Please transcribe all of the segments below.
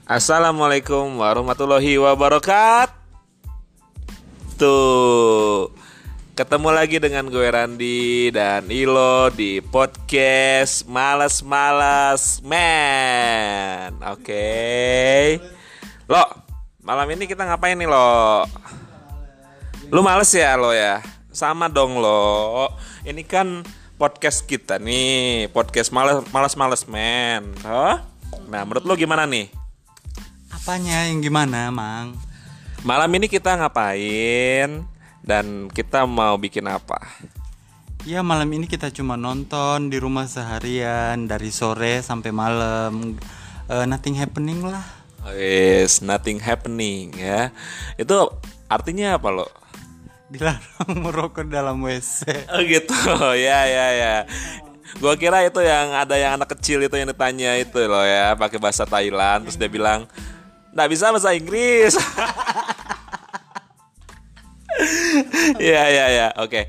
Assalamualaikum warahmatullahi wabarakatuh. Ketemu lagi dengan gue Randi dan Ilo di podcast Males-Males Man. Oke. Lo, malam ini kita ngapain nih lo? Lu males ya lo ya? Sama dong lo. Ini kan podcast kita nih, podcast Males-Males Man. Hah? Nah, menurut lo gimana nih? Apanya yang gimana, Mang? Malam ini kita ngapain dan kita mau bikin apa? Ya, malam ini kita cuma nonton di rumah seharian dari sore sampai malam. Nothing happening lah. Yes, nothing happening ya. Itu artinya apa lo? Dilarang merokok dalam WC. Oh gitu, ya. Gua kira itu yang ada yang anak kecil itu yang ditanya itu loh ya, pakai bahasa Thailand terus dia bilang nggak bisa bahasa Inggris. Ya. Oke.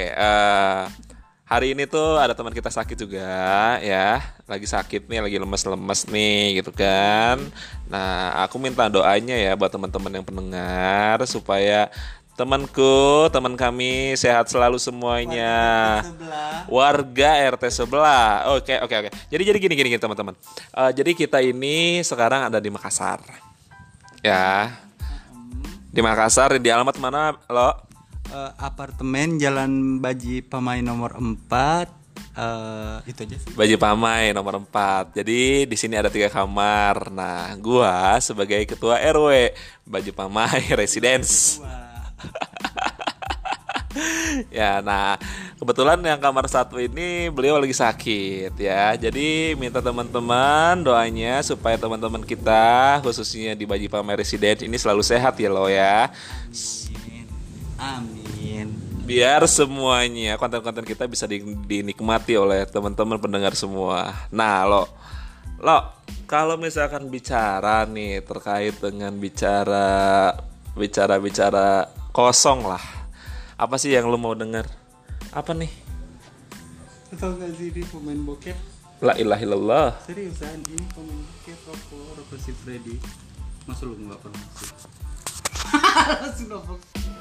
Hari ini tuh ada teman kita sakit juga ya. Lagi sakit nih, lagi lemes-lemes nih gitu kan. Nah, aku minta doanya ya buat teman-teman yang pendengar supaya teman kami sehat selalu semuanya. Warga RT sebelah. Oke. Jadi gini teman-teman. Jadi kita ini sekarang ada di Makassar. Ya. Di Makassar, di alamat mana lo? Apartemen Jalan Baji Pamai nomor 4. Itu aja sih. Baji Pamai nomor 4. Jadi di sini ada 3 kamar. Nah, gua sebagai ketua RW Baji Pamai Residence. Ya, nah kebetulan yang kamar 1 ini beliau lagi sakit ya. Jadi minta teman-teman doanya supaya teman-teman kita khususnya di Baji Pamai Residence ini selalu sehat ya lo ya. Amin. Biar semuanya konten-konten kita bisa dinikmati oleh teman-teman pendengar semua. Nah lo kalau misalkan bicara nih terkait dengan bicara kosong lah, apa sih yang lo mau dengar? Apa nih? Tahu gak sih ini pemain bokep? La ilaha illallah. Seriusan ini pemain bokep rokok si Freddy. Masa lu gak pernah sih? Langsung nopok.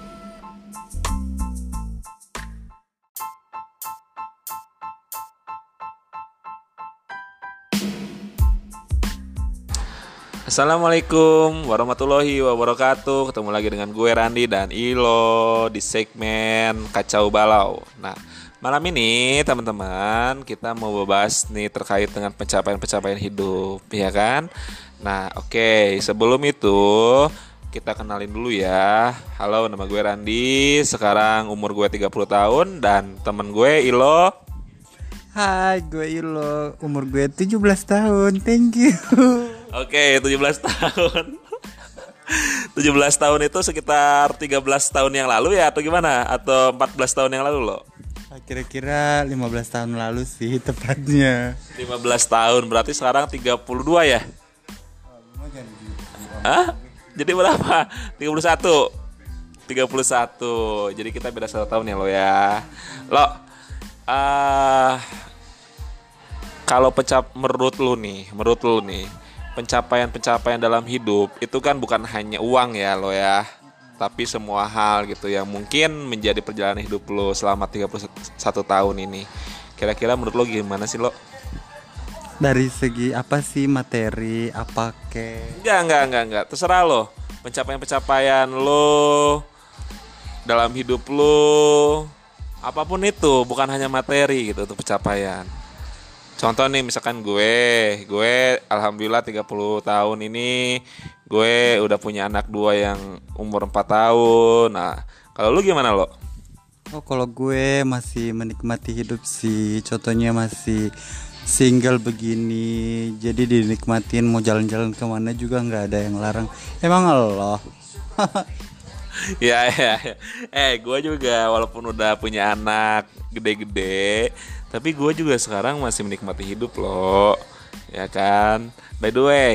Assalamualaikum warahmatullahi wabarakatuh. Ketemu lagi dengan gue Randi dan Ilo di segmen Kacau Balau. Nah, malam ini teman-teman kita mau bahas nih terkait dengan pencapaian hidup, ya kan? Nah, oke. Sebelum itu kita kenalin dulu ya. Halo, nama gue Randi. Sekarang umur gue 30 tahun dan temen gue Ilo. Hai, gue Ilo. Umur gue 17 tahun. Thank you. Oke, 17 tahun. 17 tahun itu sekitar 13 tahun yang lalu ya atau gimana? Atau 14 tahun yang lalu lo? Kira-kira 15 tahun lalu sih tepatnya. 15 tahun berarti sekarang 32 ya? Hah? Jadi berapa? 31. Jadi kita beda 1 tahun ya lo ya. Lo kalau menurut lu nih pencapaian dalam hidup itu kan bukan hanya uang ya lo ya, tapi semua hal gitu yang mungkin menjadi perjalanan hidup lo selama 31 tahun ini. Kira-kira menurut lo gimana sih lo? Dari segi apa sih, materi apa ke? Enggak, terserah lo. Pencapaian lo dalam hidup lo apapun itu, bukan hanya materi gitu untuk pencapaian. Contoh nih misalkan gue alhamdulillah 30 tahun ini gue udah punya anak 2 yang umur 4 tahun. Nah, kalau lu gimana lo? Oh, kalau gue masih menikmati hidup sih. Contohnya masih single begini, jadi dinikmatin, mau jalan-jalan kemana juga nggak ada yang larang. Emang Allah. Ya. Gue juga walaupun udah punya anak gede-gede, tapi gue juga sekarang masih menikmati hidup loh, ya kan. By the way,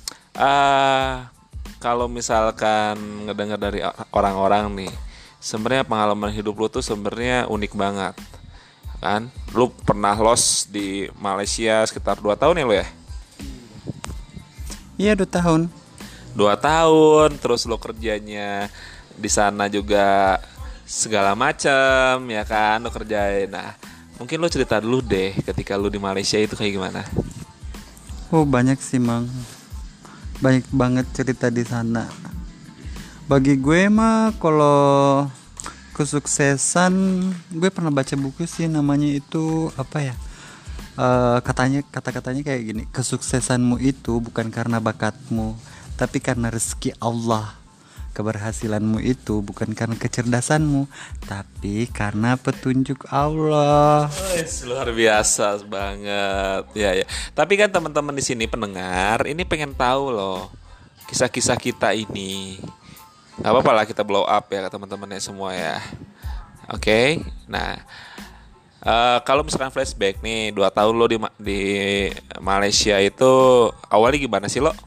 kalau misalkan ngedengar dari orang-orang nih, sebenarnya pengalaman hidup lo tuh sebenarnya unik banget, kan? Lu pernah los di Malaysia sekitar 2 tahun ya lo ya? Iya 2 tahun. 2 tahun, terus lo kerjanya di sana juga segala macam, ya kan, lo kerjain. Nah, mungkin lo cerita dulu deh ketika lo di Malaysia itu kayak gimana? Oh banyak sih Mang, banyak banget cerita di sana. Bagi gue mah kalau kesuksesan, gue pernah baca buku sih namanya itu apa ya? Katanya kata-katanya kayak gini, kesuksesanmu itu bukan karena bakatmu, tapi karena rezeki Allah. Keberhasilanmu itu bukan karena kecerdasanmu, tapi karena petunjuk Allah. Wes, luar biasa banget. Ya ya. Tapi kan teman-teman di sini pendengar ini pengen tahu loh kisah-kisah kita ini. Gak apa-apa lah kita blow up ya ke teman-temannya semua ya. Oke. Nah, kalau misalkan flashback nih 2 tahun lo di Malaysia itu awalnya gimana sih lo?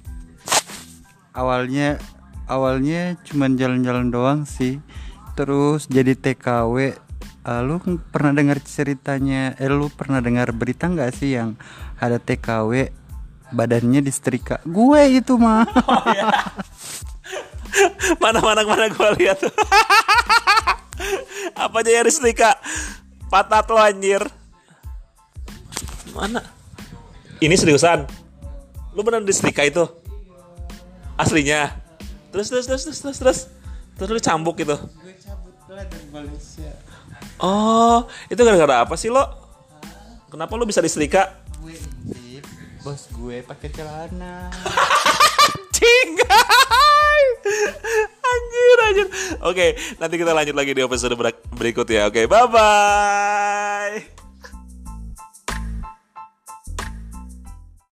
Awalnya cuman jalan-jalan doang sih, terus jadi TKW. Lu pernah dengar ceritanya, lu pernah dengar berita nggak sih yang ada TKW badannya disetrika? Gue itu mah. Mana gue lihat. Apa aja yang disetrika? Patah lo anjir. Mana? Ini seriusan? Lu beneran disetrika itu? Aslinya? Terus lu cambuk gitu. Gue cabut lah dari Malaysia. Oh, itu gara-gara apa sih lo? Kenapa lo bisa disetrika? Gue intip bos gue pakai celana. Cinggai. Anjir. Oke, nanti kita lanjut lagi di episode berikut ya. Oke, bye bye.